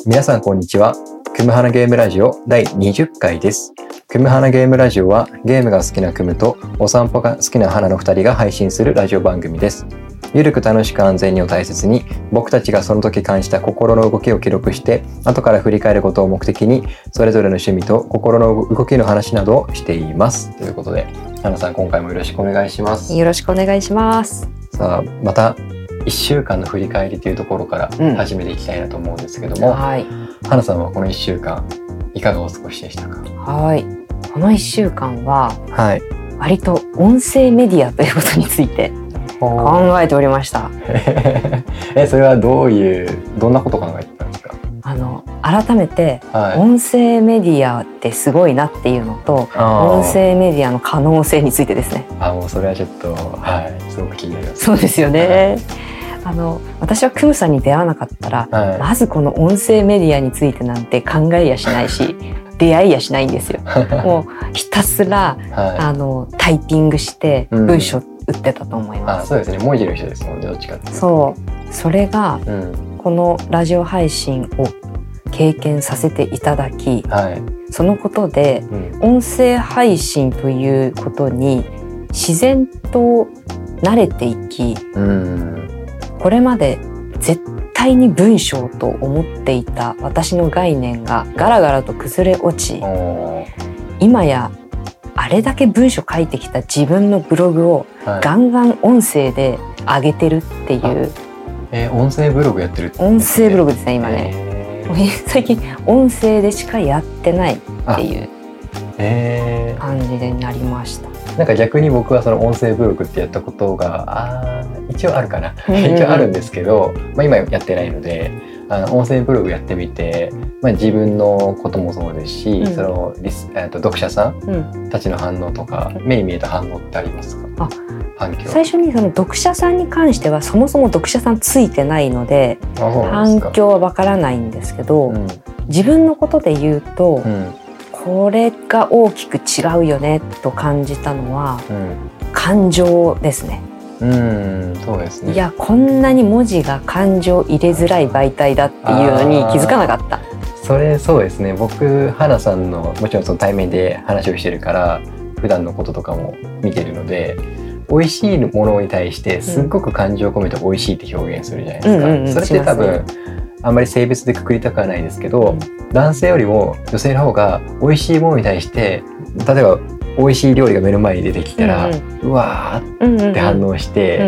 皆さんこんにちは。クムハナゲームラジオ第20回です。クムハナゲームラジオはゲームが好きなクムとお散歩が好きなハナの2人が配信するラジオ番組です。ゆるく楽しく安全にを大切に、僕たちがその時感じた心の動きを記録して後から振り返ることを目的に、それぞれの趣味と心の動きの話などをしています。ということで、ハナさん今回もよろしくお願いします。 よろしくお願いします。 さあ、また1週間の振り返りというところから始めていきたいなと思うんですけども、 はい。 ハナさんはこの1週間いかがお過ごしでしたか？ はい。この1週間ははい。 割と音声メディアということについて考えておりました。 それはどんなことを考えてたんですか？ 改めてはい。 音声メディアってすごいなっていうのと、音声メディアの可能性についてですね。 もうそれはちょっとすごく気になります。 そうですよね。私はクムさんに出会わなかったら、 はい。 まずこの音声メディアについてなんて考えやしないし出会いやしないんですよ。もうひたすらはタイピングしてうん文章打ってたと思いい。 ます。 そうですね。文字の人ですもんね。どっちかっていうと。 それがうん。 このラジオ配信を経験させていただき、 はい。 そのことでうん。 音声配信ということに自然と慣れていき、これまで絶対に文章と思っていた私の概念がガラガラと崩れ落ち、 おー。 今やあれだけ文章書いてきた自分のブログをはい。 ガンガン音声で上げてるっていう音声ブログやってるって音声ブロググですね今ね。 ね。 最近音声でしかやってないっていう感じになりました。 なんか逆に僕はその音声ブログってやったことが一応あるかなうんうんうん一応あるんですけど、今やってないので音声ブログやってみて、自分のこともそうですし、 うんその読者さんうん、 たちの反応とか目に見えた反応ってありますか？反響。 最初にその読者さんに関してはそもそも読者さんついてないのでそうなんですか。 反響はわからないんですけど、 うん自分のことで言うと、 うんこれが大きく違うよねと感じたのはうん感情ですね。 そうですね。 いや、こんなに文字が感情入れづらい媒体だっていうのに気づかなかった。 そうですね。僕花さんのもちろんその対面で話をしてるから普段のこととかも見てるので、美味しいものに対してすっごく感情を込めて美味しいって表現するじゃないですか。それって多分あんまり性別でくくりたくはないですけど、男性よりも女性の方が美味しいものに対して例えば美味しい料理が目の前に出てきたら、うわーって反応して、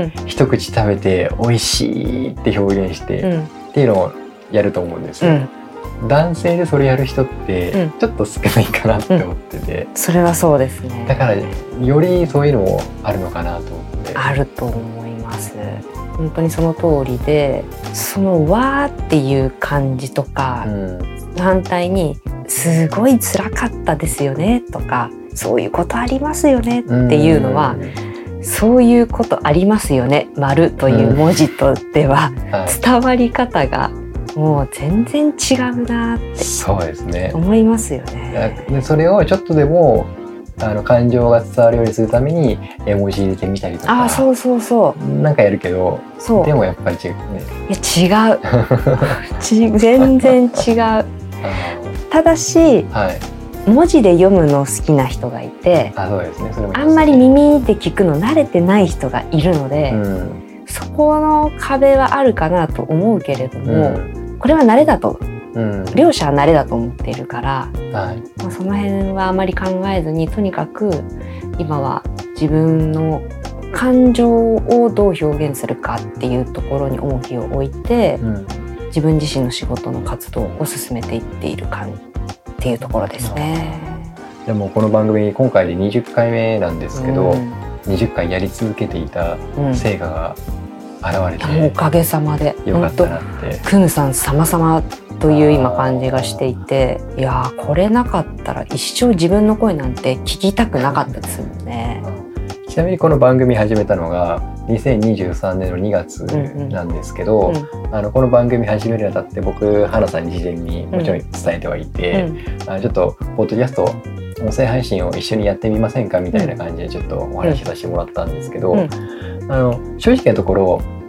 一口食べて美味しいって表現して、っていうのをやると思うんですよ。男性でそれやる人ってちょっと少ないかなって思ってて、 それはそうですね。 だからよりそういうのもあるのかなと思って。 あると思います。本当にその通りで、そのわーっていう感じとか、反対にすごい辛かったですよねとか、そういうことありますよねっていうのは、そういうことありますよね丸という文字とでは伝わり方がもう全然違うなってそうですね。 思いますよね。 でそれをちょっとでも感情が伝わるようにするために絵文字入れてみたりとか、 そうなんかやるけど、でもやっぱり違うね。 いや違う全然違う。ただし、文字で読むの好きな人がいて、 そうですね。それもあんまり耳で聞くの慣れてない人がいるので、そこの壁はあるかなと思うけれども、これは慣れだと、両者は慣れだと思っているから、その辺はあまり考えずに、とにかく今は自分の感情をどう表現するかっていうところに重きを置いて、自分自身の仕事の活動を進めていっている感じっていうところですね。 でもこの番組今回で20回目なんですけど、20回やり続けていた成果が現れて、 おかげさまでよかったなって。 クムさん様々という今感じがしていて、いやこれなかったら一生自分の声なんて聞きたくなかったですもんね。 ちなみにこの番組始めたのが2023年の2月なんですけど、この番組始めるにあたって僕花さんに事前にもちろん伝えてはいて、ちょっとポッドキャスト音声配信を一緒にやってみませんかみたいな感じでちょっとお話しさせてもらったんですけど、正直なところ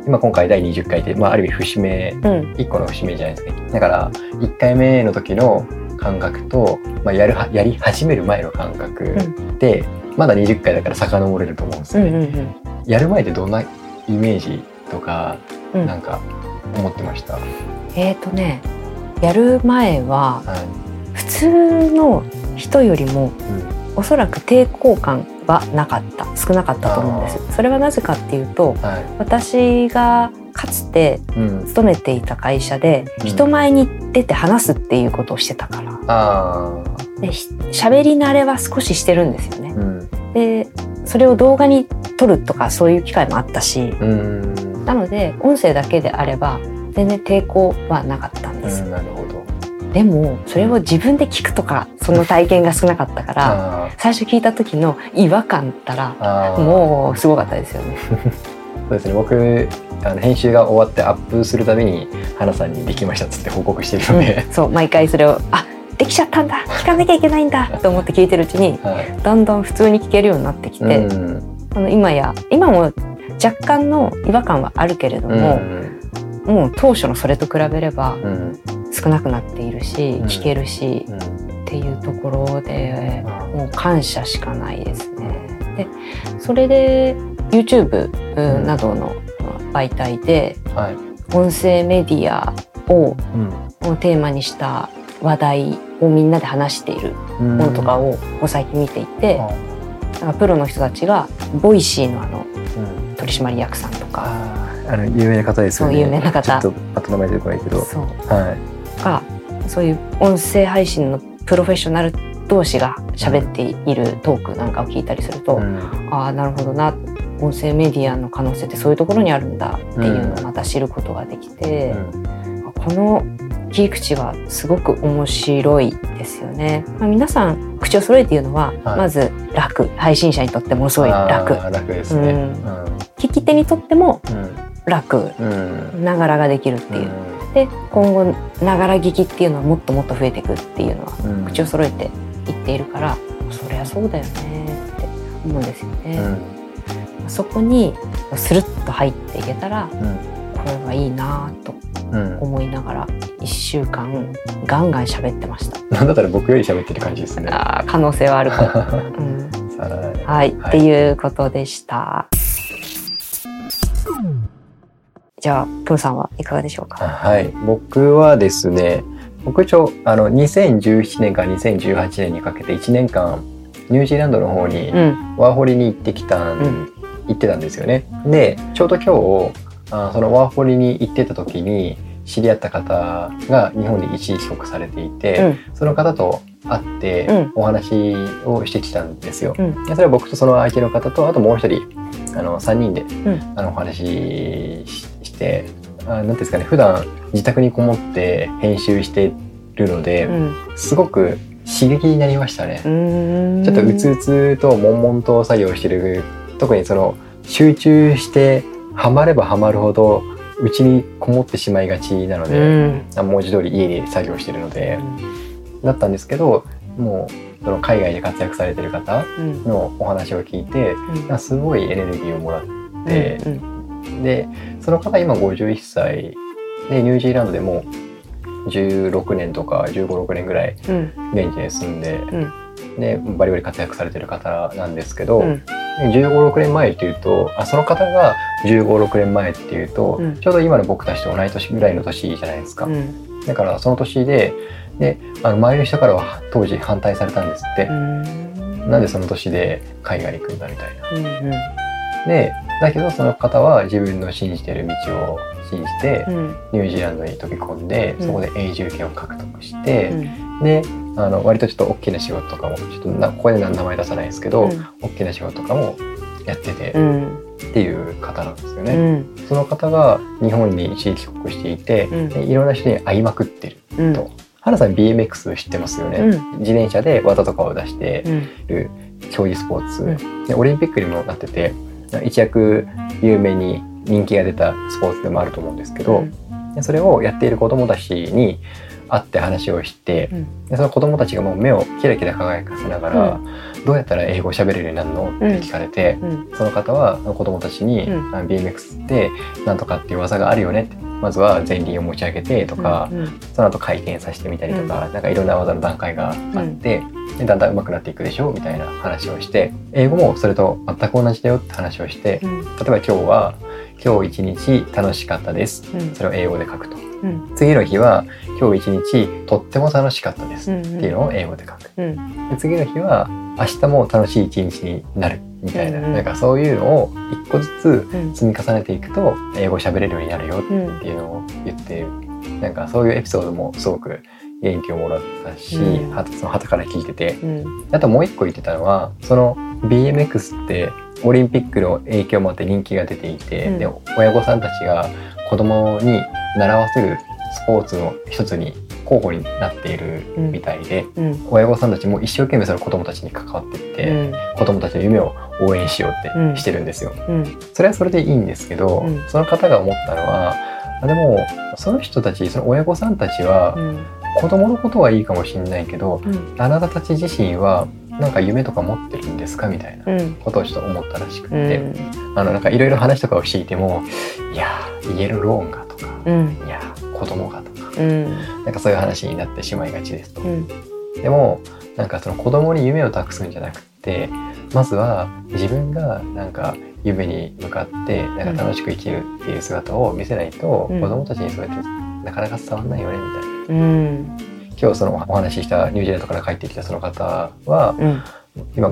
今回第20回で、ある意味節目、1個の節目じゃないですか。だから1回目の時の感覚と、やり始める前の感覚で、まだ20回だから遡れると思うんですよね。やる前ってどんなイメージとか、なんか思ってました？ やる前は、普通の人よりも、おそらく抵抗感は少なかったと思うんです。それはなぜかっていうと、私がかつて勤めていた会社で、人前に出て話すっていうことをしてたから、で喋り慣れは少ししてるんですよね。でそれを動画に撮るとかそういう機会もあったし、なので音声だけであれば全然抵抗はなかったんです。 なるほど。 でもそれを自分で聞くとかその体験が少なかったから最初聞いた時の違和感ったらもうすごかったですよね。 そうですね、僕編集が終わってアップするたびに花さんにできましたっつって報告してるので、 そう毎回それをできちゃったんだ、聞かなきゃいけないんだと思って聞いてるうちに、だんだん普通に聞けるようになってきて、今も若干の違和感はあるけれども、もう当初のそれと比べれば少なくなっているし、聞けるし、っていうところでもう感謝しかないですね。でそれで YouTube などの媒体で音声メディアをテーマにした話題をみんなで話しているものとかを最近見ていて、プロの人たちがボイシーの取締役さんとか、 有名な方ですよね。 そう有名な方、 ちょっとパッと名前出てこないけど、 がそういう音声配信のプロフェッショナル同士が喋っているトークなんかを聞いたりすると、なるほどな、音声メディアの可能性ってそういうところにあるんだっていうのをまた知ることができて、この切り口はすごく面白いですよね。皆さん口を揃えて言うのは、まず楽、配信者にとってもすごい楽ですね。 聞き手にとっても楽、ながらができるっていう。で今後ながら聞きっていうのはもっともっと増えていくっていうのは口を揃えて言っているから、そりゃそうだよねって思うんですよね。そこにスルッと入っていけたら、これはいいなと思いながら1週間ガンガン喋ってました。 なんだったら僕より喋ってる感じですね。 可能性はあるかも。はい、っていうことでした。じゃあプーさんはいかがでしょうか？ はい、僕はですね、2017年から2018年にかけて1年間ニュージーランドの方にワーホリに行ってたんですよね。でちょうど今日そのワーホリに行ってた時に知り合った方が日本に一時帰国されていて、その方と会ってお話をしてきたんですよ。それは僕とその相手の方と、あともう一人3人でお話しして、なんですかね、普段自宅にこもって編集してるので、すごく刺激になりましたね。ちょっとうつうつと悶々と作業してる、特にその集中してハマればハマるほどうちにこもってしまいがちなので、文字通り家で作業してるので、だったんですけど、もうその海外で活躍されてる方のお話を聞いて、すごいエネルギーをもらって、でその方今51歳でニュージーランドでも16年とか15、16年ぐらい現地に住んで、でバリバリ活躍されてる方なんですけど、15、6年前っていうと、その方が15、6年前っていうと、ちょうど今の僕たちと同い年ぐらいの年じゃないですか。だからその年で周りの人からは当時反対されたんですって。なんでその年で海外に行くんだみたいな。でだけどその方は自分の信じてる道を信じて、ニュージーランドに飛び込んで、そこで永住権を獲得して、で割とちょっと大きな仕事とかも、ちょっとここで名前出さないですけど、大きな仕事とかもやってて、っていう方なんですよね。その方が日本に一時帰国していて、いろんな人に会いまくってると。原さん BMX 知ってますよね。自転車で技とかを出してる競技スポーツ、でオリンピックにもなってて、一躍有名に人気が出たスポーツでもあると思うんですけど、それをやっている子どもたちに会って話をして、でその子供たちがもう目をキラキラ輝かせながら、どうやったら英語を喋れるようになるのって聞かれて、その方は子供たちに、BMX ってなんとかっていう技があるよねって、まずは前輪を持ち上げてとか、その後回転させてみたりとか、なんかいろんな技の段階があって、でだんだん上手くなっていくでしょみたいな話をして、英語もそれと全く同じだよって話をして、例えば今日一日楽しかったです、それを英語で書くと、次の日は今日一日とっても楽しかったですっていうのを英語で書く、で次の日は明日も楽しい一日になるみたいな、なんかそういうのを一個ずつ積み重ねていくと英語喋れるようになるよっていうのを言っている、なんかそういうエピソードもすごく元気をもらったし、その旗から聞いてて、あともう一個言ってたのは、その BMX ってオリンピックの影響もあって人気が出ていて、で親御さんたちが子供に習わせるスポーツの一つに候補になっているみたいで、親御さんたちも一生懸命その子供たちに関わっていって、子供たちの夢を応援しようってしてるんですよ。それはそれでいいんですけど、その方が思ったのは、でもその人たち、その親御さんたちは、子供のことはいいかもしれないけど、あなたたち自身はなんか夢とか持ってるんですかみたいなことをちょっと思ったらしくて、なんかいろいろ話とかをしていても、いや家のローンがとか、いや子供がとか、なんかそういう話になってしまいがちですと。でもなんかその子供に夢を託すんじゃなくて、まずは自分がなんか夢に向かってなんか楽しく生きるっていう姿を見せないと、子供たちにそうやってなかなか伝わんないよねみたいな。今日そのお話ししたニュージーランドから帰ってきたその方は、今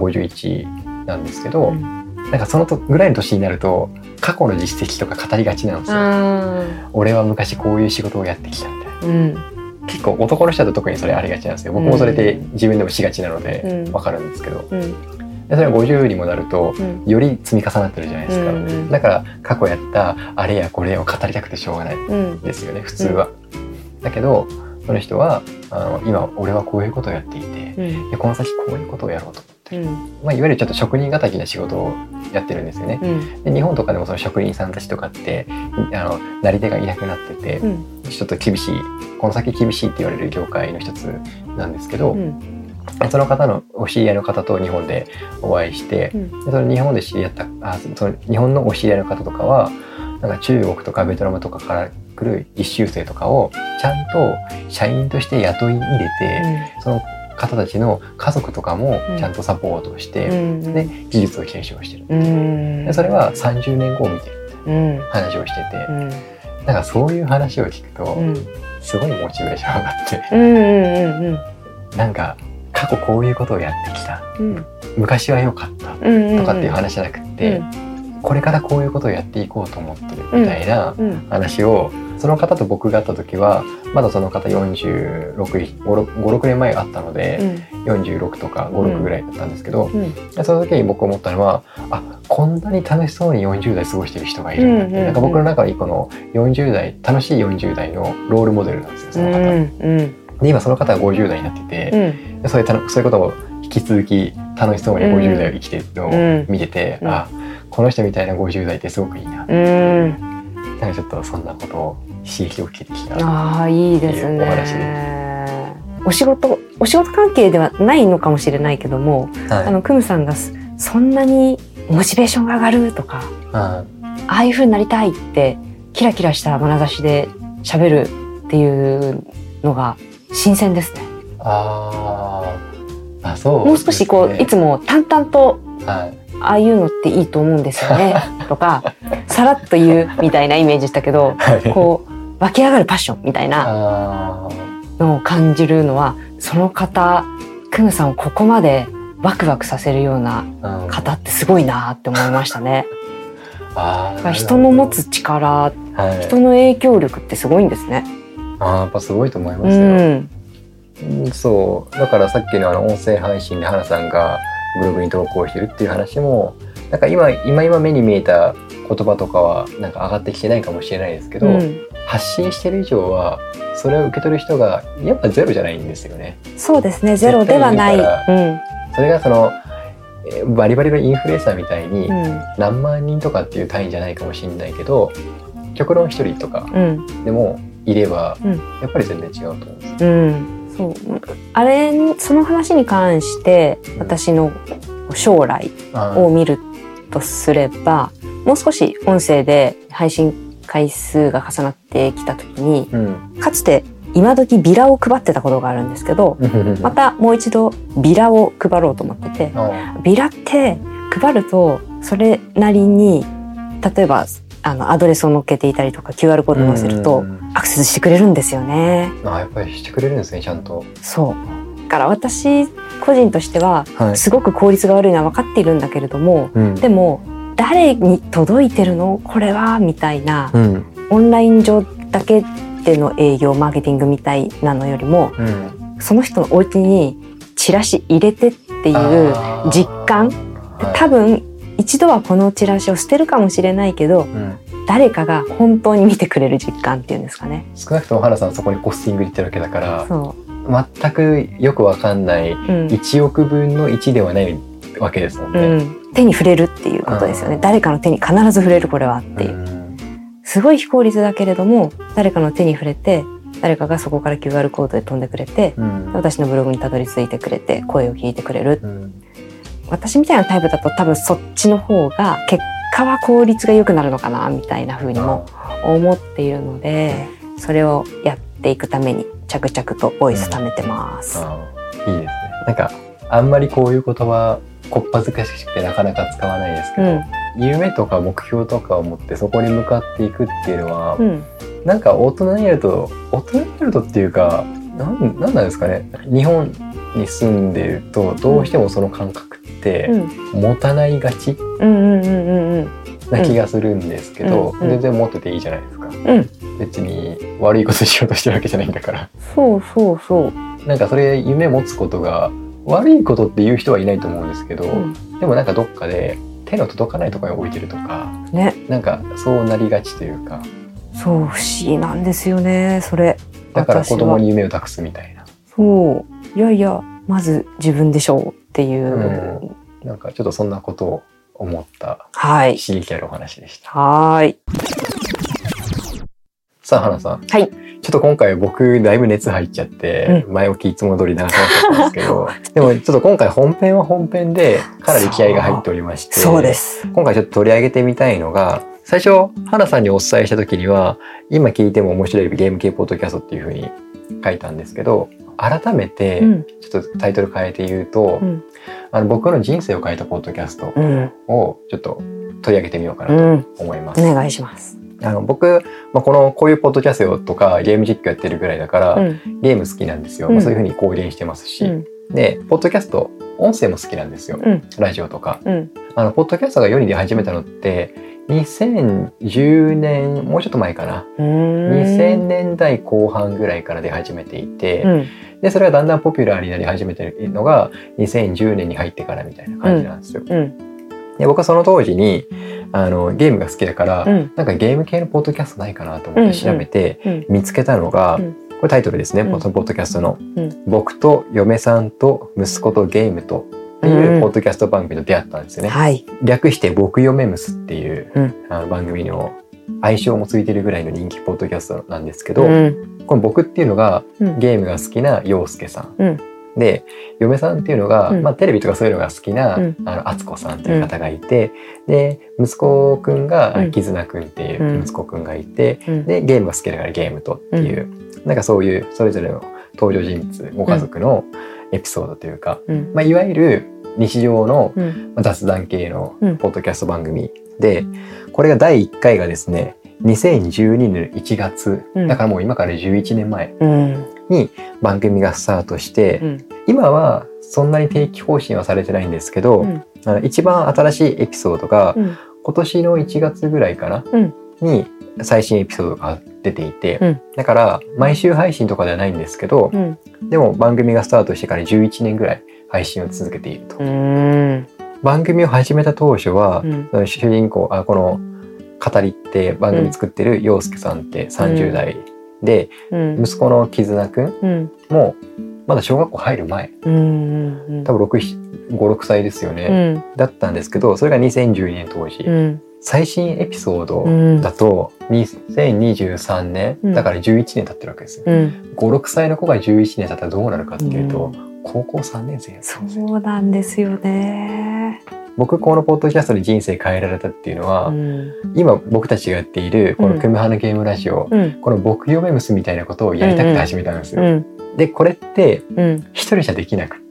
51なんですけど、なんかそのぐらいの年になると過去の実績とか語りがちなんですよ。俺は昔こういう仕事をやってきたみたいな、結構男の人だと特にそれありがちなんですよ。僕もそれで自分でもしがちなので分かるんですけど、でそれは50にもなるとより積み重なってるじゃないですか、だから過去やったあれやこれを語りたくてしょうがないですよね、普通は。だけどその人は今俺はこういうことをやっていて、この先こういうことをやろうと思ってる、いわゆるちょっと職人敵な仕事をやってるんですよね。で日本とかでもその職人さんたちとかってなり手がいなくなってて、ちょっと厳しい、この先厳しいって言われる業界の一つなんですけど、その方のお知り合いの方と日本でお会いして、でその日本で知り合ったその日本のお知り合いの方とかはなんか中国とかベトナムとかから来る実習生とかをちゃんと社員として雇い入れて、その方たちの家族とかもちゃんとサポートして、で技術を継承してる、でそれは30年後を見てるみたいな話をしてて、なんかそういう話を聞くと、すごいモチベーション上がって、なんか過去こういうことをやってきた、昔は良かったとかっていう話じゃなくて、これからこういうことをやっていこうと思ってるみたいな話を、その方と僕が会った時はまだその方46年前あったので、46とか56ぐらいだったんですけど、その時に僕思ったのは、こんなに楽しそうに40代過ごしてる人がいるんだって、なんか僕の中にこの40代楽しい40代のロールモデルなんですよ、その方。で今その方が50代になってて、そういうことを引き続き楽しそうに50代を生きてるのを見てて、この人みたいな50代ってすごくいいなって、なんかちょっとそんなことを刺激を受けてきたっていうお話いいですね。お仕事関係ではないのかもしれないけども、クムさんがそんなにモチベーションが上がるとか、ああいう風になりたいってキラキラした眼差しで喋るっていうのが新鮮ですね。 そう、 もう少しこういつも淡々と、ああいうのっていいと思うんですよねとかさらっと言うみたいなイメージしたけど、こう湧き上がるパッションみたいなのを感じるのは、その方クムさんをここまでワクワクさせるような方ってすごいなって思いましたね。人の持つ力、人の影響力ってすごいんですね。 やっぱすごいと思いますよ。そうだからさっきの音声配信で花さんがブログに投稿してるっていう話も、なんか今目に見えた言葉とかはなんか上がってきてないかもしれないですけど、発信してる以上はそれを受け取る人がやっぱゼロじゃないんですよね。 そうですね、ゼロではない。 それがそのバリバリのインフルエンサーみたいに何万人とかっていう単位じゃないかもしれないけど、極論1人とかでもいれば、 うんやっぱり全然違うと思うんです。 うん、そうその話に関して私の将来を見るとすれば、もう少し音声で配信回数が重なってきた時に、かつて今時ビラを配ってたことがあるんですけど、またもう一度ビラを配ろうと思ってて、ビラって配るとそれなりに例えばアドレスを載っけていたりとか QR コードを載せるとアクセスしてくれるんですよね。 やっぱりしてくれるんですね、ちゃんと。 そうだから私個人としてはすごく効率が悪いのは分かっているんだけれども、でも誰に届いてるのこれはみたいな、オンライン上だけでの営業マーケティングみたいなのよりも、その人のお家にチラシ入れてっていう実感、多分一度はこのチラシを捨てるかもしれないけど、誰かが本当に見てくれる実感っていうんですかね。 少なくとも原さんそこにポスティング入れてるわけだから、 そう全くよくわかんない1億分の1ではないわけですもんね。 手に触れるっていうことですよね。誰かの手に必ず触れるこれはっていう。すごい非効率だけれども誰かの手に触れて誰かがそこから QR コードで飛んでくれて、私のブログにたどり着いてくれて声を聞いてくれる、私みたいなタイプだと多分そっちの方が結果は効率が良くなるのかなみたいな風にも思っているので、それをやっていくために着々とボイス貯めてます。 いいですね。なんかあんまりこういう言葉こっぱずかしくてなかなか使わないですけど、夢とか目標とかを持ってそこに向かっていくっていうのは、なんか大人になるとっていうかなんなんですかね、日本に住んでいるとどうしてもその感覚って持たないがちな気がするんですけど、全然持ってていいじゃないですか。別に悪いことしようとしてるわけじゃないんだから。 そうなんかそれ夢持つことが悪いことって言う人はいないと思うんですけど、でもなんかどっかで手の届かないところに置いてるとか、なんかそうなりがちというか、 そう不思議なんですよねそれ。 だから子供に夢を託すみたいな。 いやいやまず自分でしょうっていう、 なんかちょっとそんなことを思った刺激あるお話でした。さあ花さん、ちょっと今回僕だいぶ熱入っちゃって、前置きいつも通り流さなかったんですけどでもちょっと今回本編は本編でかなり気合が入っておりまして、 そうです。 今回ちょっと取り上げてみたいのが、最初花さんにお伝えした時には今聞いても面白いゲーム系ポッドキャストっていう風に書いたんですけど、改めてちょっとタイトル変えて言うと、僕の人生を変えたポッドキャストをちょっと取り上げてみようかなと思います。 お願いします。 僕、こういうポッドキャストとかゲーム実況やってるぐらいだから、ゲーム好きなんですよ。そういう風に公言してますし、でポッドキャスト音声も好きなんですよ。ラジオとか、ポッドキャストが世に出始めたのって2010年もうちょっと前かな、2000年代後半ぐらいから出始めていて、でそれがだんだんポピュラーになり始めてるのが2010年に入ってからみたいな感じなんですよ。で僕はその当時にゲームが好きだから、なんかゲーム系のポッドキャストないかなと思って調べて見つけたのが、これタイトルですね、そのポッドキャストの、僕と嫁さんと息子とゲームとっていうポッドキャスト番組と出会ったんですよね。略して僕嫁むすっていう、番組の愛称もついてるぐらいの人気ポッドキャストなんですけど、この僕っていうのがゲームが好きな陽介さん、で嫁さんっていうのが、テレビとかそういうのが好きな敦子さんっていう方がいて、で息子くんが絆くんっていう息子くんがいて、でゲームが好きだからゲームとっていう、なんかそういうそれぞれの登場人物ご家族のエピソードというか、いわゆる日常の雑談系のポッドキャスト番組で、これが第1回がですね2012年1月、だからもう今から11年前に番組がスタートして、今はそんなに定期更新はされてないんですけど、一番新しいエピソードが今年の1月ぐらいかな、に最新エピソードが出ていて、だから毎週配信とかではないんですけど、でも番組がスタートしてから11年ぐらい配信を続けていると。番組を始めた当初は、主人公この語りって番組作ってる陽介さんって30代で、息子の絆くんもまだ小学校入る前、多分5、6歳ですよね、だったんですけど、それが2012年当時、 最新エピソードだと2023年、だから11年経ってるわけですよ、5、6歳の子が11年経ったらどうなるかっていうと、高校3年生ですよね。 そうなんですよね。 僕このポッドキャストで人生変えられたっていうのは、今僕たちがやっているこのクムハのゲームラジオ、この僕よめむすみたいなことをやりたくて始めたんですよ、でこれって一人じゃできなくって、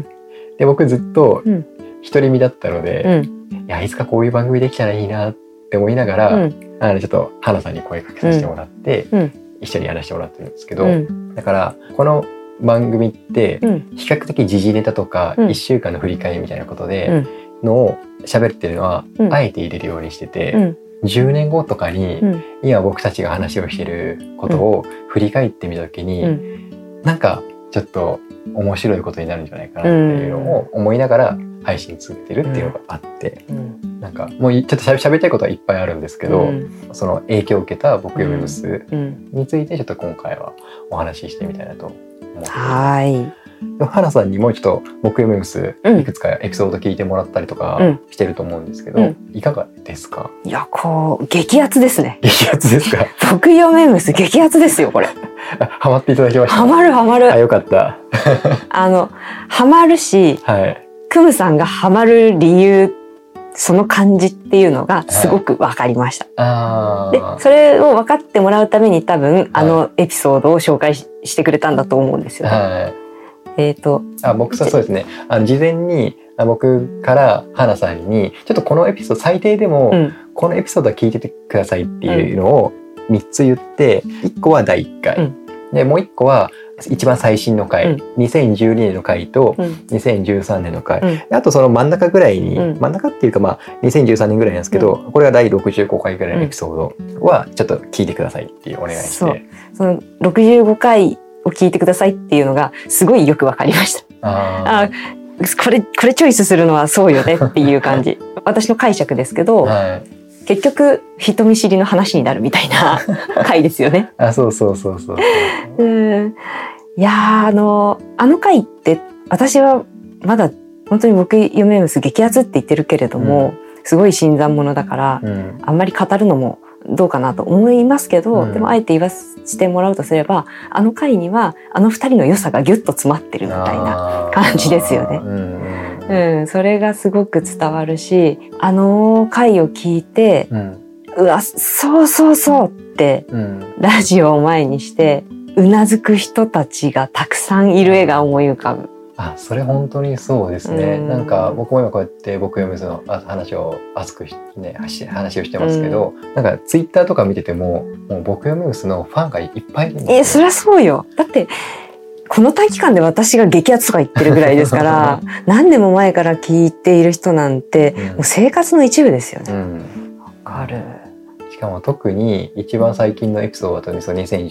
で僕ずっと独り身だったので、いやいつかこういう番組できたらいいなって思いながら、ちょっと花さんに声かけさせてもらって、一緒にやらせてもらってるんですけど、だからこの番組って比較的時事ネタとか1週間の振り返りみたいなことでのを喋ってるのはあえて入れるようにしてて、10年後とかに今僕たちが話をしてることを振り返ってみた時に、なんかちょっと面白いことになるんじゃないかなっていうのを思いながら配信続けてるっていうのがあって、なんかもうちょっと喋りたいことはいっぱいあるんですけど、その影響を受けた僕よめむすについてちょっと今回はお話ししてみたいなと思っています。 はい。 花さんにもちょっと僕よめむすいくつかエピソード聞いてもらったりとかしてると思うんですけど、いかがですか？ いや、こう激アツですね。 激アツですか？ 僕よめむす激アツですよこれ。 ハマっていただきました。 ハマるハマる。 あ、よかった。 ハマるし、クムさんがハマる理由、その感じっていうのがすごく分かりました。で、それを分かってもらうために多分エピソードを紹介してくれたんだと思うんですよね。 僕そうですね。事前に僕から花さんにちょっとこのエピソード最低でも、このエピソードは聞いててくださいっていうのを3つ言って、1個は第1回、でもう1個は一番最新の回、2012年の回と2013年の回、あとその真ん中ぐらいに、真ん中っていうか2013年ぐらいなんですけど、これが第65回ぐらいのエピソードはちょっと聞いてくださいっていうお願いして、 その65回を聞いてくださいっていうのがすごいよくわかりました。これチョイスするのはそうよねっていう感じ。私の解釈ですけど、結局人見知りの話になるみたいな回ですよね。 そう。 いやあの回って私はまだ本当に僕よめむす激アツって言ってるけれども、すごい新参者だから、あんまり語るのもどうかなと思いますけど、でもあえて言わせてもらうとすれば、回には2人の良さがギュッと詰まってるみたいな感じですよね。それがすごく伝わるし、回を聞いて、うわ、そうって、ラジオを前にしてうなずく人たちがたくさんいる絵が思い浮かぶ。 それ本当にそうですね。なんか僕も今こうやって僕よめむすの話を熱くね話をしてますけど、なんかツイッターとか見ててもう僕よめむすのファンがいっぱいいるんですよ。 そりゃそうよ。だってこの短期間で私が激アツとか言ってるぐらいですから何年も前から聞いている人なんて、もう生活の一部ですよね。わかる。 しかも特に一番最近のエピソードだと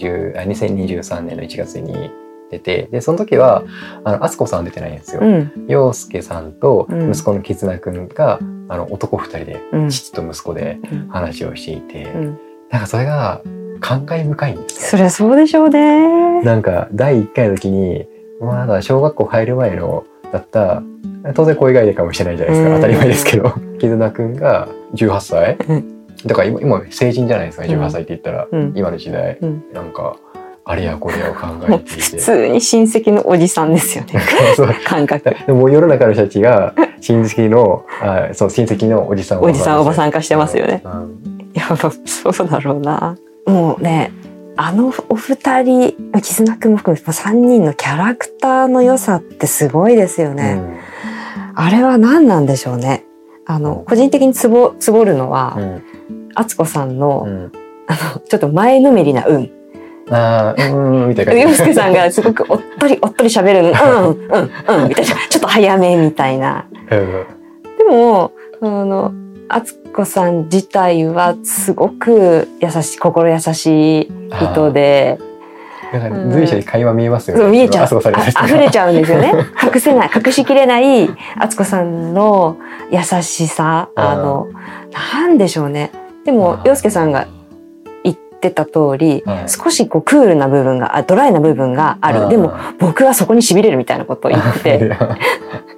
2023年の1月に出て、でその時はあつこさん出てないんですよ。陽介さんと息子の絆くんが男2人で、父と息子で話をしていて、なんかそれが感慨深いんですよ。 そりゃそうでしょうね。 なんか第1回の時にまだ小学校入る前のだった当然声がいいかもしれないじゃないですか、当たり前ですけど絆くんが18歳、だから今成人じゃないですか、18歳って言ったら、今の時代、なんかあれやこれやを考えていて、 普通に親戚のおじさんですよね感覚でも世の中の人たちが親戚の親戚のおじさんおばさん化してますよね。いやそうだろうな。もうね、お二人絆くんも含め3人のキャラクターの良さってすごいですよね。あれは何なんでしょうね。個人的につぼるのは、あつこさんの、ちょっと前のめりなみたいな。 洋介さんがすごくおっとり喋るみたいな、ちょっと早めみたいな。でもあつこさん自体はすごく心優しい人で、 なんか随所に会話見えますよね。 見えちゃう。溢れちゃうんですよね。隠しきれないあつこさんの優しさ、なんでしょうね。でも洋介さんが言ってた通り、少しクールな部分がドライな部分がある。でも僕はそこに痺れるみたいなことを言ってて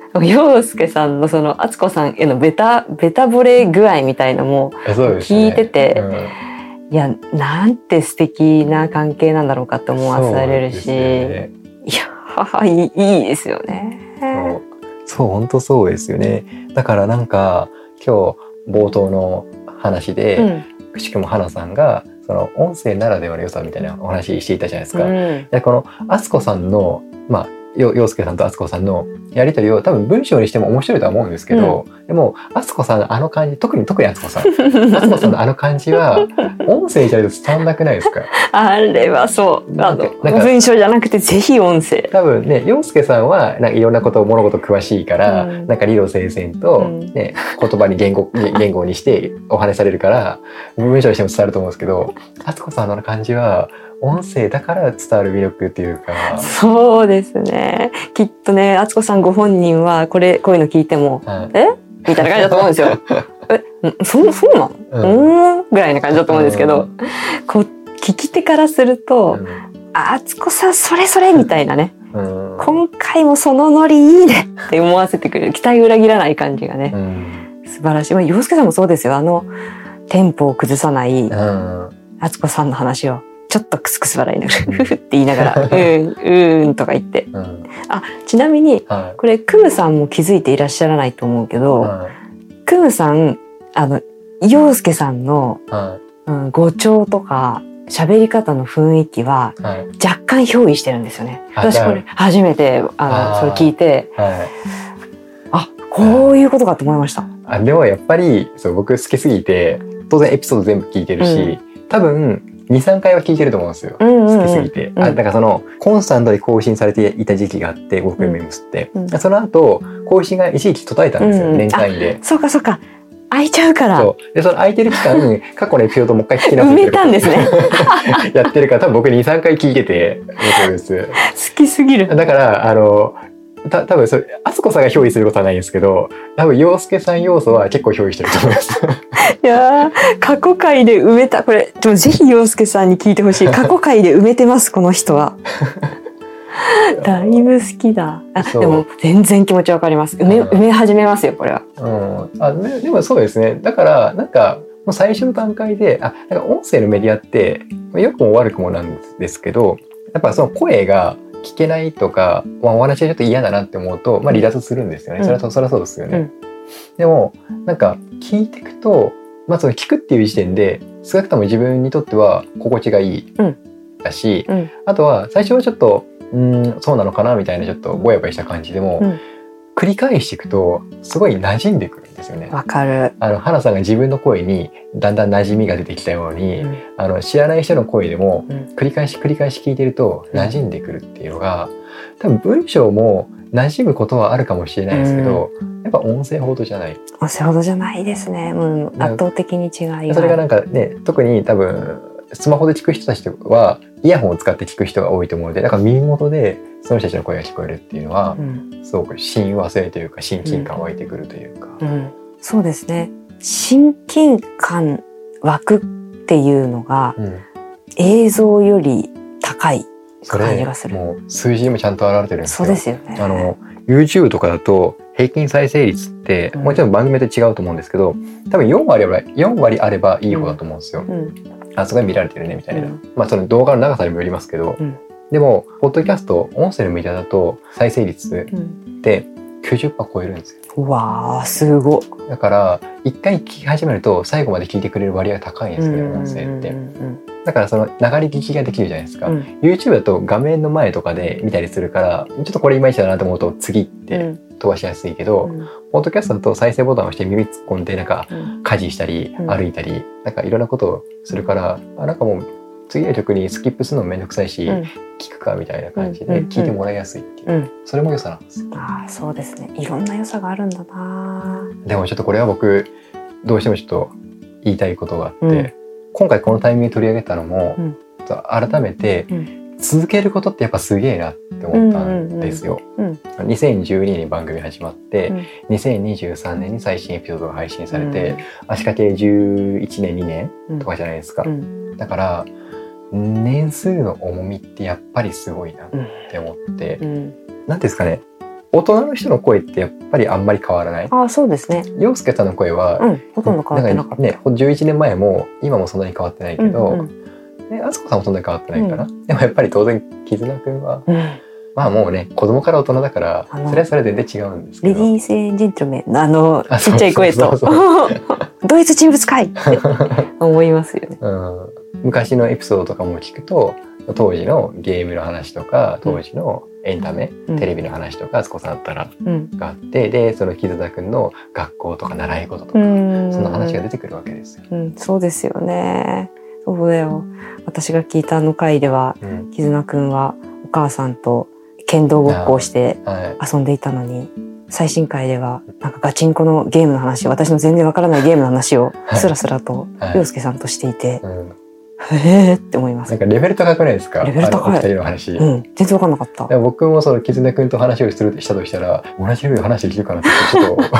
陽介さんのその敦子さんへのベタ惚れ具合みたいのも聞いてて、いやなんて素敵な関係なんだろうかって思わされるし、ね、いやいいですよね。 そう本当そうですよね。だからなんか今日冒頭の話で、くしくも花さんがその音声ならではの良さみたいなお話していたじゃないですか。でこの敦子さんの陽介さんと敦子さんのやりとりを多分文章にしても面白いとは思うんですけど、でも敦子さんのあの感じ、特に敦子さん敦子さんのあの感じは音声じゃないと伝わんなくないですか？ あれはそう文章じゃなくてぜひ音声。 多分ね陽介さんはなんかいろんなこと物事詳しいから、なんか理路整然と、ね言葉に言語にしてお話しされるから文章にしても伝わると思うんですけど、敦子さんのあの感じは音声だから伝わる魅力っていうか。 そうですね。きっとね、敦子さんご本人はこういうの聞いても、みたいな感じだと思うんですよ。そうなの？ぐらいな感じだと思うんですけど、こう聞き手からすると、敦子さんそれみたいなね。今回もそのノリいいねって思わせてくれる、期待裏切らない感じがね、素晴らしい。陽介さんもそうですよ。テンポを崩さない敦子さんの話を。ちょっとクスクス笑いながらふふって言いながらとか言って、ちなみにこれクムさんも気づいていらっしゃらないと思うけど、クムさん陽介さんの、語調とか喋り方の雰囲気は若干憑依してるんですよね。私これ初めてそれ聞いて、こういうことかと思いました。 でもやっぱり僕好きすぎて当然エピソード全部聞いてるし、多分2、3回は聞いてると思うんですよ。好きすぎて。だからそのコンスタントに更新されていた時期があって、僕メムスって。その後更新が一時期途絶えたんですよ、年単位で。 そうか空いちゃうから。 でその空いてる期間過去のエピソードもう一回聞き直して埋めたんですね。 やってるから多分僕2、3回聞いてて、 好きすぎる。 だから多分それ敦子さんが憑依することはないんですけど、多分陽介さん要素は結構憑依してると思います。 いや過去回で埋めた、これでもぜひ陽介さんに聞いてほしい。過去回で埋めてますこの人は。だいぶ好きだ。でも全然気持ちわかります。埋め始めますよこれは。 でもそうですね。だからなんかもう最初の段階でなんか音声のメディアって良くも悪くもなんですけど、やっぱその声が聞けないとか、お話がちょっと嫌だなって思うと、離脱するんですよね。それはそうですよね。でもなんか聞いていくと、その聞くっていう時点で少なくとも自分にとっては心地がいいだし、あとは最初はちょっとそうなのかなみたいなちょっとぼやぼやした感じでも、繰り返していくとすごい馴染んでくるんですよね。 わかる。 花さんが自分の声にだんだん馴染みが出てきたように、知らない人の声でも繰り返し聞いてると馴染んでくるっていうのが、多分文章も馴染むことはあるかもしれないですけど、やっぱ音声ほどじゃない。 音声ほどじゃないですね。圧倒的に違いが。 それがなんかね、特に多分スマホで聞く人たちはイヤホンを使って聞く人が多いと思うので、だから耳元でその人たちの声が聞こえるっていうのは、すごく親和性というか親近感湧いてくるというか、 そうですね。親近感湧くっていうのが、映像より高い感じがする。 もう数字にもちゃんと表れてるんですよ。 そうですよね。 YouTube とかだと平均再生率って、もちろん番組で違うと思うんですけど、多分4割あればいい方だと思うんですよ。すごい見られてるねみたいな。その動画の長さにもよりますけど、でもポッドキャスト音声のメディアだと再生率って 90% 超えるんですよ。 うわーすごい。 だから一回聞き始めると最後まで聞いてくれる割合が高いんですね、音声って。だからその流れ聞きができるじゃないですか。YouTube だと画面の前とかで見たりするから、ちょっとこれいまいちだなと思うと次って飛ばしやすいけど、ポッドキャストだと再生ボタンを押して耳突っ込んでなんか家事したり歩いたりなんかいろんなことをするから、なんかもう次の曲にスキップするのもめんどくさいし、聞くかみたいな感じで聞いてもらいやすいっていう、それも良さなんですよ。 そうですね。いろんな良さがあるんだな。 でもちょっとこれは僕どうしてもちょっと言いたいことがあって、今回このタイミングで取り上げたのも、改めて続けることってやっぱすげえなって思ったんですよ。2012年に番組始まって、2023年に最新エピソードが配信されて、足掛け11年2年とかじゃないですか。だから年数の重みってやっぱりすごいなって思って、なんですかね、 大人の人の声ってやっぱりあんまり変わらない。 あ、そうですね。 陽介さんの声は、 ほとんど変わってなかった。 ね、11年前も今もそんなに変わってないけど、敦子さんもそんなに変わってないかな。でもやっぱり当然絆くんは、まあもうね、子供から大人だから、それはそれで全然違うんですけど。 レディースエンジェントルメンのちっちゃい声と、同一人物かいって思いますよね。 昔のエピソードとかも聞くと、当時のゲームの話とか、当時のエンタメ、テレビの話とか、敦子さんだったらがあって、で、その絆くんの学校とか習い事とか、そんな話が出てくるわけですよ。 そうですよね。そうだよ。私が聞いたあの回では、絆くんはお母さんと剣道ごっこをして遊んでいたのに、最新回ではなんかガチンコのゲームの話、私の全然わからないゲームの話をスラスラと陽介さんとしていて、へーって思います。 なんかレベル高くないですか？ レベル高い。 お二人の話。 全然わかんなかった。 僕もその絆くんと話をしたとしたら、同じレベルで話できるかなってちょっと。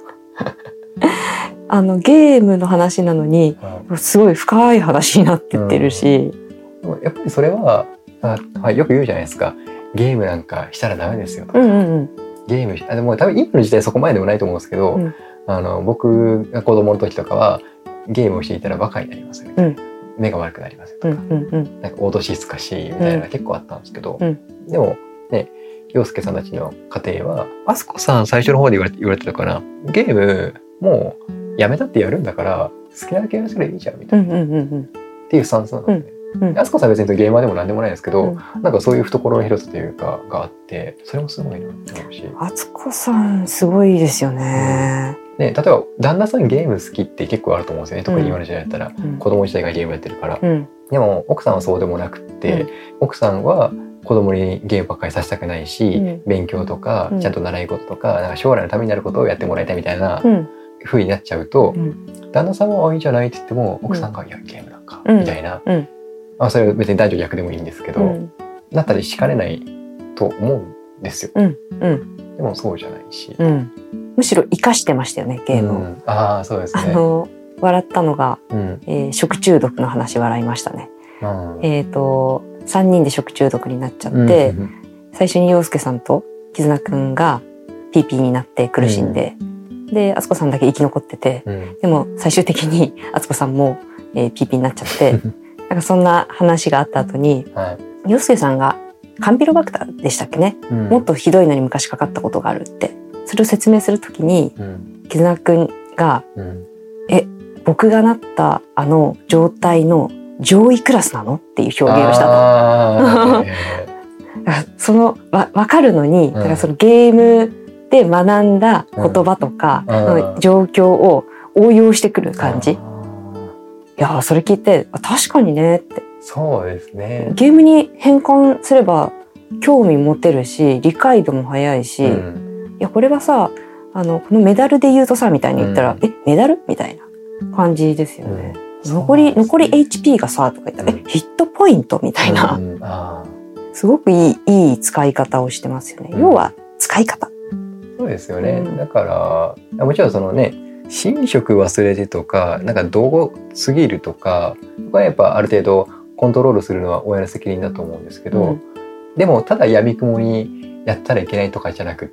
ゲームの話なのに、すごい深い話になってってるし。 やっぱりそれは、よく言うじゃないですか。ゲームなんかしたらダメですよとか。ゲームでも多分今の時代そこまででもないと思うんですけど、僕が子供の時とかはゲームをしていたらバカになりますみたいな。目が悪くなりますとか、なんかオートシスかしみたいなのが結構あったんですけど、でもね、陽介さんたちの家庭は、敦子さん最初の方で言われてたかな、ゲームもうやめたってやるんだから好きなだけやらせればいいじゃんみたいなっていうスタンスなんですね。敦子さんは別にゲーマーでも何でもないですけど、なんかそういう懐の広さというかがあって、それもすごいなって思うし。 敦子さんすごいですよね。 ね、例えば旦那さんゲーム好きって結構あると思うんですよね。特に今の時代だったら、子供自体がゲームやってるから。でも奥さんはそうでもなくって、奥さんは子供にゲームばっかりさせたくないし、勉強とかちゃんと習い事とか、なんか将来のためになることをやってもらいたいみたいな風になっちゃうと、旦那さんは「いいじゃない」って言っても奥さんが「いやゲームなんか」みたいな、それは別に男女逆でもいいんですけど、なったりしかねないと思うんですよ。でもそうじゃないし。 むしろ生かしてましたよね、ゲームを。 そうですね。 笑ったのが、食中毒の話笑いましたね。3人で食中毒になっちゃって、最初に陽介さんと絆くんがピーピーになって苦しんで、で、敦子さんだけ生き残ってて、でも最終的に敦子さんも、ピーピーになっちゃって、なんかそんな話があった後に、陽介さんがカンピロバクターでしたっけね、もっとひどいのに昔かかったことがあるって。それを説明するときに、絆くんが、僕がなったあの状態の上位クラスなのっていう表現をしたと。その分かるのに、だからそのゲームで学んだ言葉とか、状況を応用してくる感じ。いや、それ聞いて、確かにねって。 そうですね。 ゲームに変換すれば興味持てるし、理解度も早いし、いやこれはさ、このメダルで言うとさみたいに言ったら、メダルみたいな感じですよね。残り HP がさとか言ったら、ヒットポイントみたいな、すごくいい使い方をしてますよね。要は使い方。 そうですよね。だからもちろんそのね、寝食忘れてとか、なんかどう過ぎるとか、ここはやっぱある程度コントロールするのは親の責任だと思うんですけど、でもただ闇雲にやったらいけないとかじゃなくって、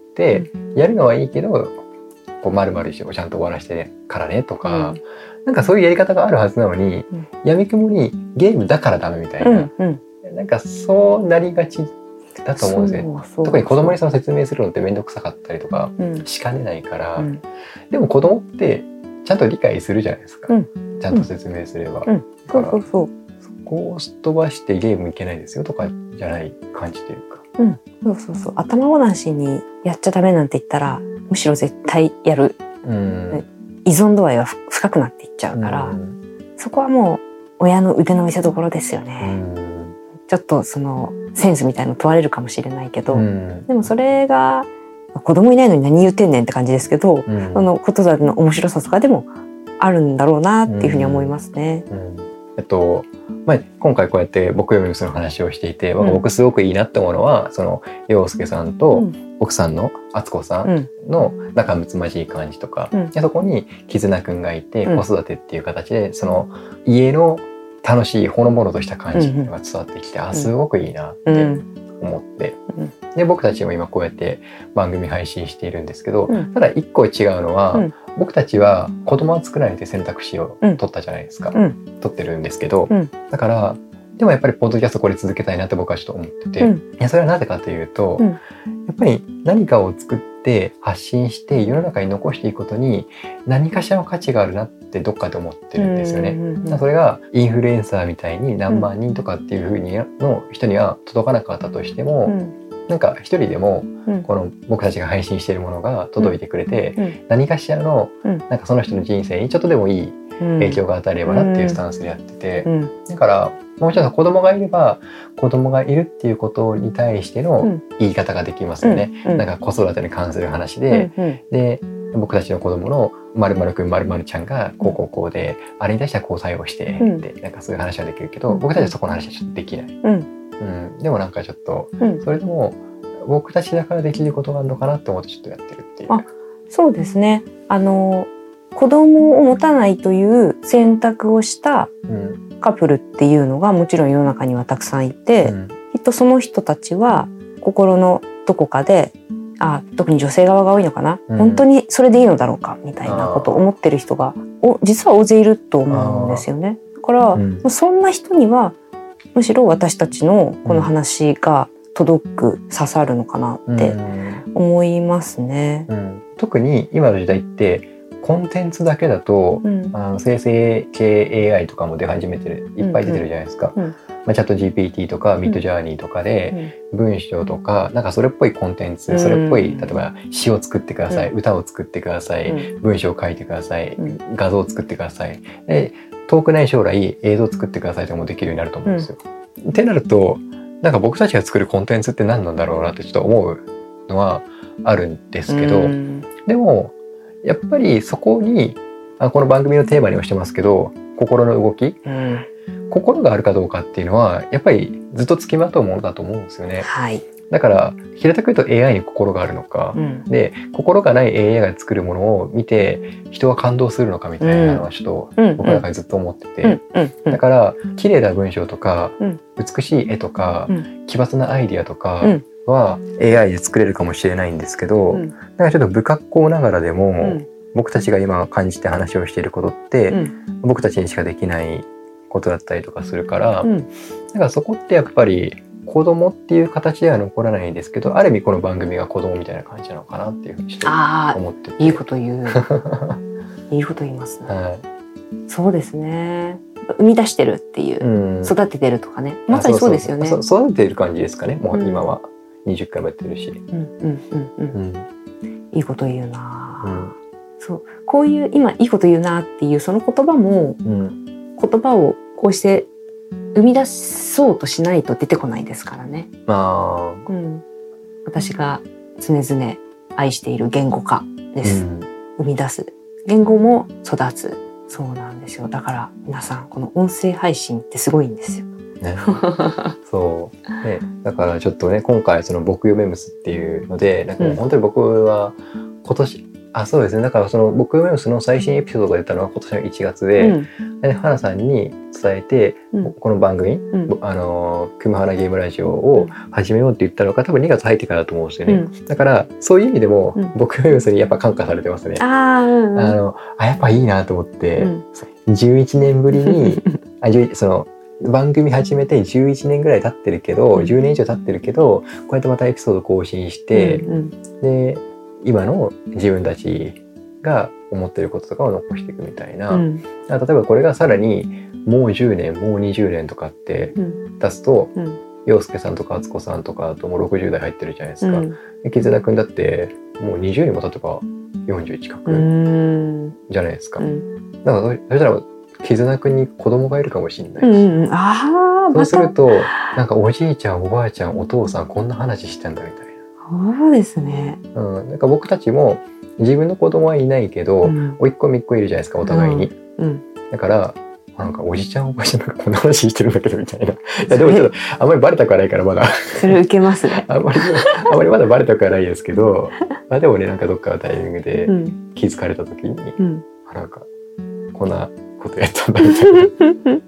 やるのはいいけどこう丸々してちゃんと終わらせてからねとか、なんかそういうやり方があるはずなのに、闇雲にゲームだからダメみたいな、なんかそうなりがちだと思うんですよ。特に子供にその説明するのって面倒くさかったりとかしかねないから、でも子供ってちゃんと理解するじゃないですか、ちゃんと説明すれば。だからそこをすっ飛ばしてゲームいけないですよとかじゃない感じというか。 そう頭ごなしにやっちゃダメなんて言ったら、むしろ絶対やる、依存度合いは深くなっていっちゃうから、そこはもう親の腕の見せ所ですよね。ちょっとそのセンスみたいの問われるかもしれないけど、でもそれが子供いないのに何言ってんねんって感じですけど、その子育ての面白さとかでもあるんだろうなっていうふうに思いますね。 今回こうやって僕読み娘の話をしていて、僕すごくいいなって思うのは、その陽介さんと奥さんの敦子さんの仲睦まじい感じとか、そこに絆くんがいて、子育てっていう形でその家の楽しいほのぼのとした感じが伝わってきて、すごくいいなって思って、 うん、 で僕たちも今こうやって番組配信しているんですけど、 うん、 ただ一個違うのは、 うん、 僕たちは子供は作らないという選択肢を取ったじゃないですか、 うん、 取ってるんですけど、 うん、 だからでもやっぱりポッドキャストこれ続けたいなって僕はちょっと思ってて、 うん、 いやそれはなぜかというと、 うん、 やっぱり何かを作って発信して世の中に残していくことに何かしらの価値があるなってどっかで思ってるんですよね。それがインフルエンサーみたいに何万人とかっていう風にの人には届かなかったとしても、なんか一人でもこの僕たちが配信しているものが届いてくれて、何かしらのなんかその人の人生にちょっとでもいい影響が与えればなっていうスタンスでやってて、だからもちろん子供がいれば子供がいるっていうことに対しての言い方ができますよね。なんか子育てに関する話で、で僕たちの子供の〇〇くん〇〇ちゃんがこうで、あれに対してはこう対応してってなんかそういう話はできるけど、僕たちはそこの話はちょっとできない。でもなんかちょっとそれでも僕たちだからできることがあるのかなって思ってちょっとやってるっていう。 そうですね。子供を持たないという選択をしたカップルっていうのがもちろん世の中にはたくさんいて、きっとその人たちは心のどこかで、特に女性側が多いのかな、本当にそれでいいのだろうかみたいなことを思ってる人が実は大勢いると思うんですよね。だから、そんな人にはむしろ私たちのこの話が届く、刺さるのかなって思いますね。 特に今の時代ってコンテンツだけだと、生成系 AI とかも出始めてる、いっぱい出てるじゃないですか。チャット GPT とかミッドジャーニーとかで文章とかなんかそれっぽいコンテンツ、それっぽい例えば詩を作ってください、歌を作ってください、文章を書いてください、画像を作ってください、で遠くない将来映像を作ってくださいとかもできるようになると思うんですよ。ってなるとなんか僕たちが作るコンテンツって何なんだろうなってちょっと思うのはあるんですけど、でもやっぱりそこにこの番組のテーマにもしてますけど、心の動き、心があるかどうかっていうのはやっぱりずっと付きまとうものだと思うんですよね。だから平たく言うと AI に心があるのか、で心がない AI が作るものを見て人は感動するのかみたいなのはちょっと僕の中でずっと思ってて、だから綺麗な文章とか、美しい絵とか、奇抜なアイディアとかは AI で作れるかもしれないんですけど、なんかちょっと不格好ながらでも、僕たちが今感じて話をしていることって、僕たちにしかできないことだったりとかするから、だからそこってやっぱり子供っていう形では残らないんですけど、ある意味この番組が子供みたいな感じなのかなっていうふうにして思ってて。 いいこと言う。いいこと言いますね。そうですね。生み出してるっていう、育ててるとかね。まさにそうですよね。 育ててる感じですかね。もう今は20回もやってるし。 いいこと言うな。そうこういう今いいこと言うなっていうその言葉も、言葉をこうして生み出そうとしないと出てこないですからね。私が常々愛している言語化です。生み出す。言語も育つ。そうなんですよ。だから皆さんこの音声配信ってすごいんですよ。 そうね、だからちょっとね今回その僕よメムスっていうのでなんかもう本当に僕は今年そうですね。だからその僕メムスの最新エピソードが出たのは今年の1月で、花さんに伝えて、この番組、クムハラゲームラジオを始めようって言ったのが多分2月入ってからだと思うんですよね。だからそういう意味でも、僕メムスにやっぱ感化されてますね。やっぱいいなと思って、11年ぶりにその番組始めて11年ぐらい経ってるけど、10年以上経ってるけど、こうやってまたエピソード更新して、で今の自分たちが思ってることとかを残していくみたいな、例えばこれがさらにもう10年もう20年とかって出すと、陽介さんとか敦子さんとかともう60代入ってるじゃないですか。絆くんだってもう20年も経てば40近くじゃないですか。だからそしたら絆くんに子供がいるかもしれないし、そうするとなんかおじいちゃんおばあちゃんお父さんこんな話してんだみたいな。 そうですね。 なんか僕たちも自分の子供はいないけど、甥っ子姪っ子いるじゃないですかお互いに。だからなんかおじちゃんおばあちゃんなんかこんな話してるんだけどみたいな。いやでもちょっとあんまりバレたくはないからまだ。 それ受けますね。 あんまりまだバレたくはないですけど、でもねなんかどっかのタイミングで気づかれた時に、なんかこんなことやったんだみたいな。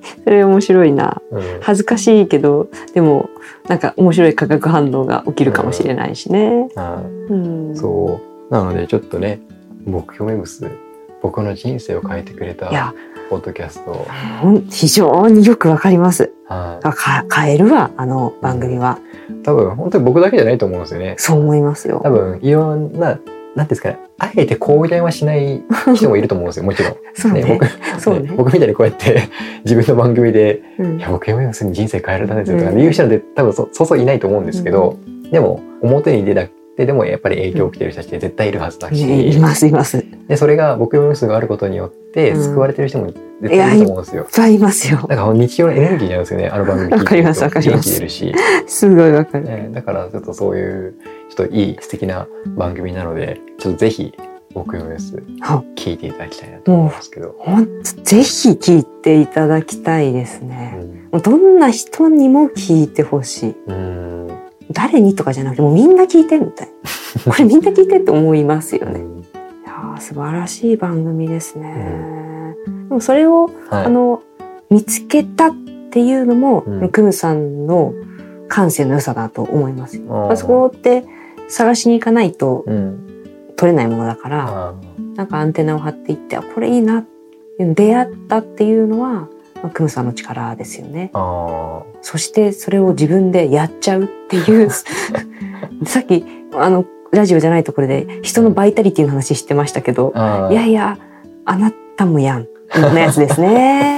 それ面白いな。 うん、 恥ずかしいけどでもなんか面白い化学反応が起きるかもしれないしね。 そうなのでちょっとね、僕よめむす、僕の人生を変えてくれたポッドキャスト、 非常によくわかります。変えるわ、あの番組は。 多分本当に僕だけじゃないと思うんですよね。 そう思いますよ。 多分いろんな、なんですかね、あえて公言はしない人もいると思うんですよ、もちろん。 そうね、 僕みたいにこうやって自分の番組で、いや僕よめむすに人生変えられたんですよとか言う人なんて多分そうそういないと思うんですけど、でも表に出たでもやっぱり影響を受けてる人たちって絶対いるはずだし、 いますいます。 でそれが僕よめむすがあることによって救われてる人も絶対いると思うんですよ。 いっぱいいますよ。 だから日常のエネルギーなんですよね、あの番組聞いてると。 わかりますわかります。 元気出るし、 すごいわかる。 だからちょっとそういうちょっといい素敵な番組なので、ちょっとぜひ僕よめむす聞いていただきたいなと思いますけど。 本当ぜひ聞いていただきたいですね。どんな人にも聞いてほしい。誰にとかじゃなくてもうみんな聞いてみたい。これみんな聞いてって思いますよね。いや素晴らしい番組ですね。でもそれを、見つけたっていうのも、クムさんの感性の良さだと思いますよ。そこって探しに行かないと取れないものだから、なんかアンテナを張っていって、これいいな、出会ったっていうのはクムさんの力ですよね。そしてそれを自分でやっちゃうっていうさっきラジオじゃないところで人のバイタリティの話してましたけど、いやいやあなたもやんのやつですね。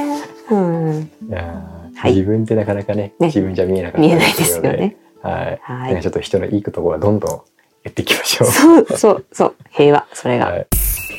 自分ってなかなかね、自分じゃ見えなかった見えないですよね。 ちょっと人のいいところはどんどん言っていきましょう。 そう平和、それが。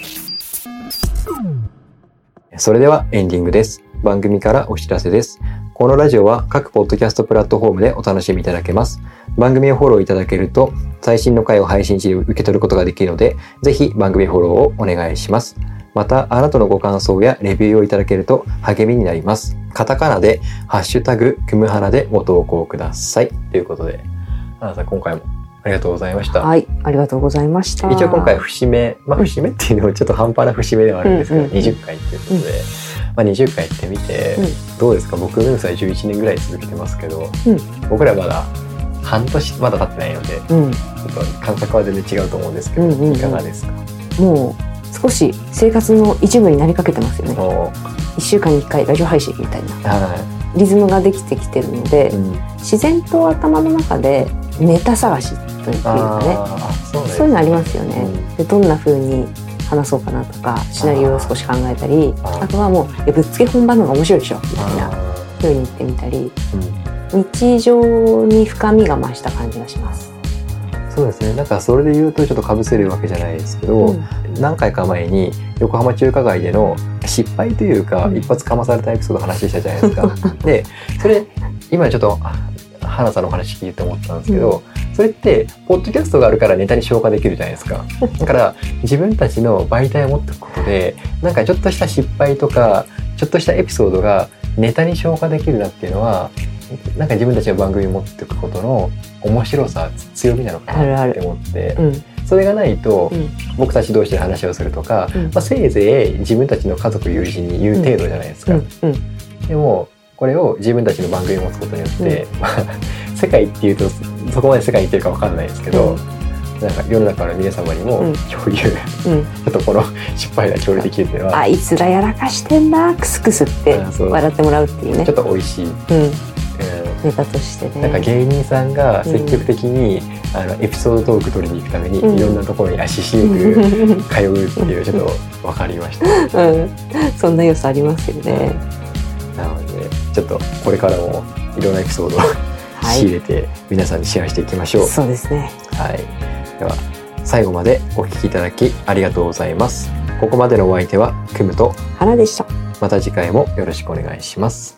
それではエンディングです。番組からお知らせです。このラジオは各ポッドキャストプラットフォームでお楽しみいただけます。番組をフォローいただけると最新の回を配信時に受け取ることができるので、ぜひ番組フォローをお願いします。また、あなたのご感想やレビューをいただけると励みになります。カタカナでハッシュタグクムハナでご投稿ください。ということで、花さん今回もありがとうございました。 はい、ありがとうございました。 一応今回節目、節目っていうのもちょっと半端な節目ではあるんですけど、20回ということで、20回ってみて、どうですか？僕のさ11年ぐらい続けてますけど、僕らまだ半年まだ経ってないので、ちょっと感覚は全然違うと思うんですけど、いかがですか？ もう少し生活の一部になりかけてますよね。1週間に1回ラジオ配信みたいな、リズムができてきてるので、自然と頭の中でネタ探しというかね、そういうのありますよね。でどんな風に話そうかなとかシナリオを少し考えたり、あとはもうぶっつけ本番の方が面白いでしょみたいな風に言ってみたり、日常に深みが増した感じがします。 そうですね。なんかそれで言うとちょっと被せるわけじゃないですけど、何回か前に横浜中華街での失敗というか、一発かまされたエピソード話したじゃないですか。でそれ今ちょっと花さんのお話聞いて思ったんですけど、それってポッドキャストがあるからネタに消化できるじゃないですか。だから自分たちの媒体を持っておくことで、なんかちょっとした失敗とかちょっとしたエピソードがネタに消化できるなっていうのは、なんか自分たちの番組を持っておくことの面白さ、強みなのかなって思って、それがないと、僕たち同士で話をするとか、せいぜい自分たちの家族友人に言う程度じゃないですか。でもこれを自分たちの番組を持つことによって、世界っていうとそこまで世界に言ってるか分かんないですけど、なんか世の中の皆様にも共有、ちょっとこの失敗が共有できるっていうのは、 あいつらやらかしてんなクスクスって笑ってもらうっていうね、 ちょっと美味しい、 ネタとしてね。 なんか芸人さんが積極的に、エピソードトーク取りに行くために、いろんなところに足しげく通うっていうちょっと分かりました。 そんな良さありますよね。 なのでちょっとこれからもいろんなエピソードを仕入れて皆さんにシェアしていきましょう。 そうですね。 はい。では最後までお聞きいただきありがとうございます。ここまでのお相手はクムと花でした。 また次回もよろしくお願いします。